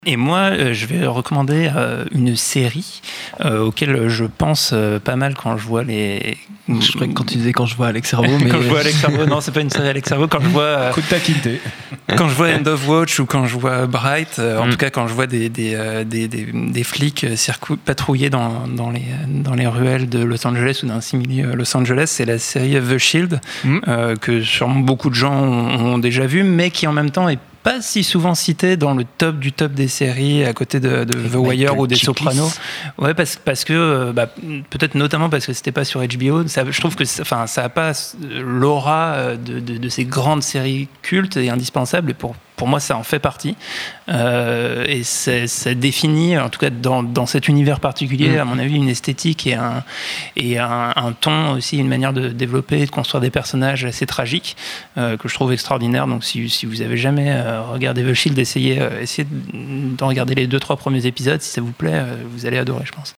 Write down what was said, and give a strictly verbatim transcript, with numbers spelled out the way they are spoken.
Et moi, euh, je vais recommander euh, une série euh, auquel je pense euh, pas mal quand je vois les... Je croyais que quand tu disais quand je vois Alex Servo, mais... quand je vois Alex Servo, non, c'est pas une série Alex Servo, quand je vois... Euh, Coup de taquinité. Quand je vois End of Watch ou quand je vois Bright, euh, en Mm. tout cas quand je vois des, des, euh, des, des, des flics circou- patrouiller dans, dans, les, dans les ruelles de Los Angeles ou d'un simili Los Angeles, c'est la série The Shield, Mm. euh, que sûrement beaucoup de gens ont, ont déjà vu, mais qui en même temps est pas si souvent cité dans le top du top des séries à côté de, de The Wire ou des Sopranos. Ouais, parce, parce que bah, peut-être notamment parce que c'était pas sur H B O. Ça, je trouve que enfin ça a pas l'aura de, de, de ces grandes séries cultes et indispensables. Et pour pour moi, ça en fait partie. Euh, et c'est, ça définit, en tout cas dans, dans cet univers particulier, à mon avis, une esthétique et un, et un, un ton aussi, une manière de développer, de construire des personnages assez tragiques euh, que je trouve extraordinaire. Donc si, si vous avez jamais euh, regardé The Shield, essayez, euh, essayez de regarder les deux, trois premiers épisodes. Si ça vous plaît, euh, vous allez adorer, je pense.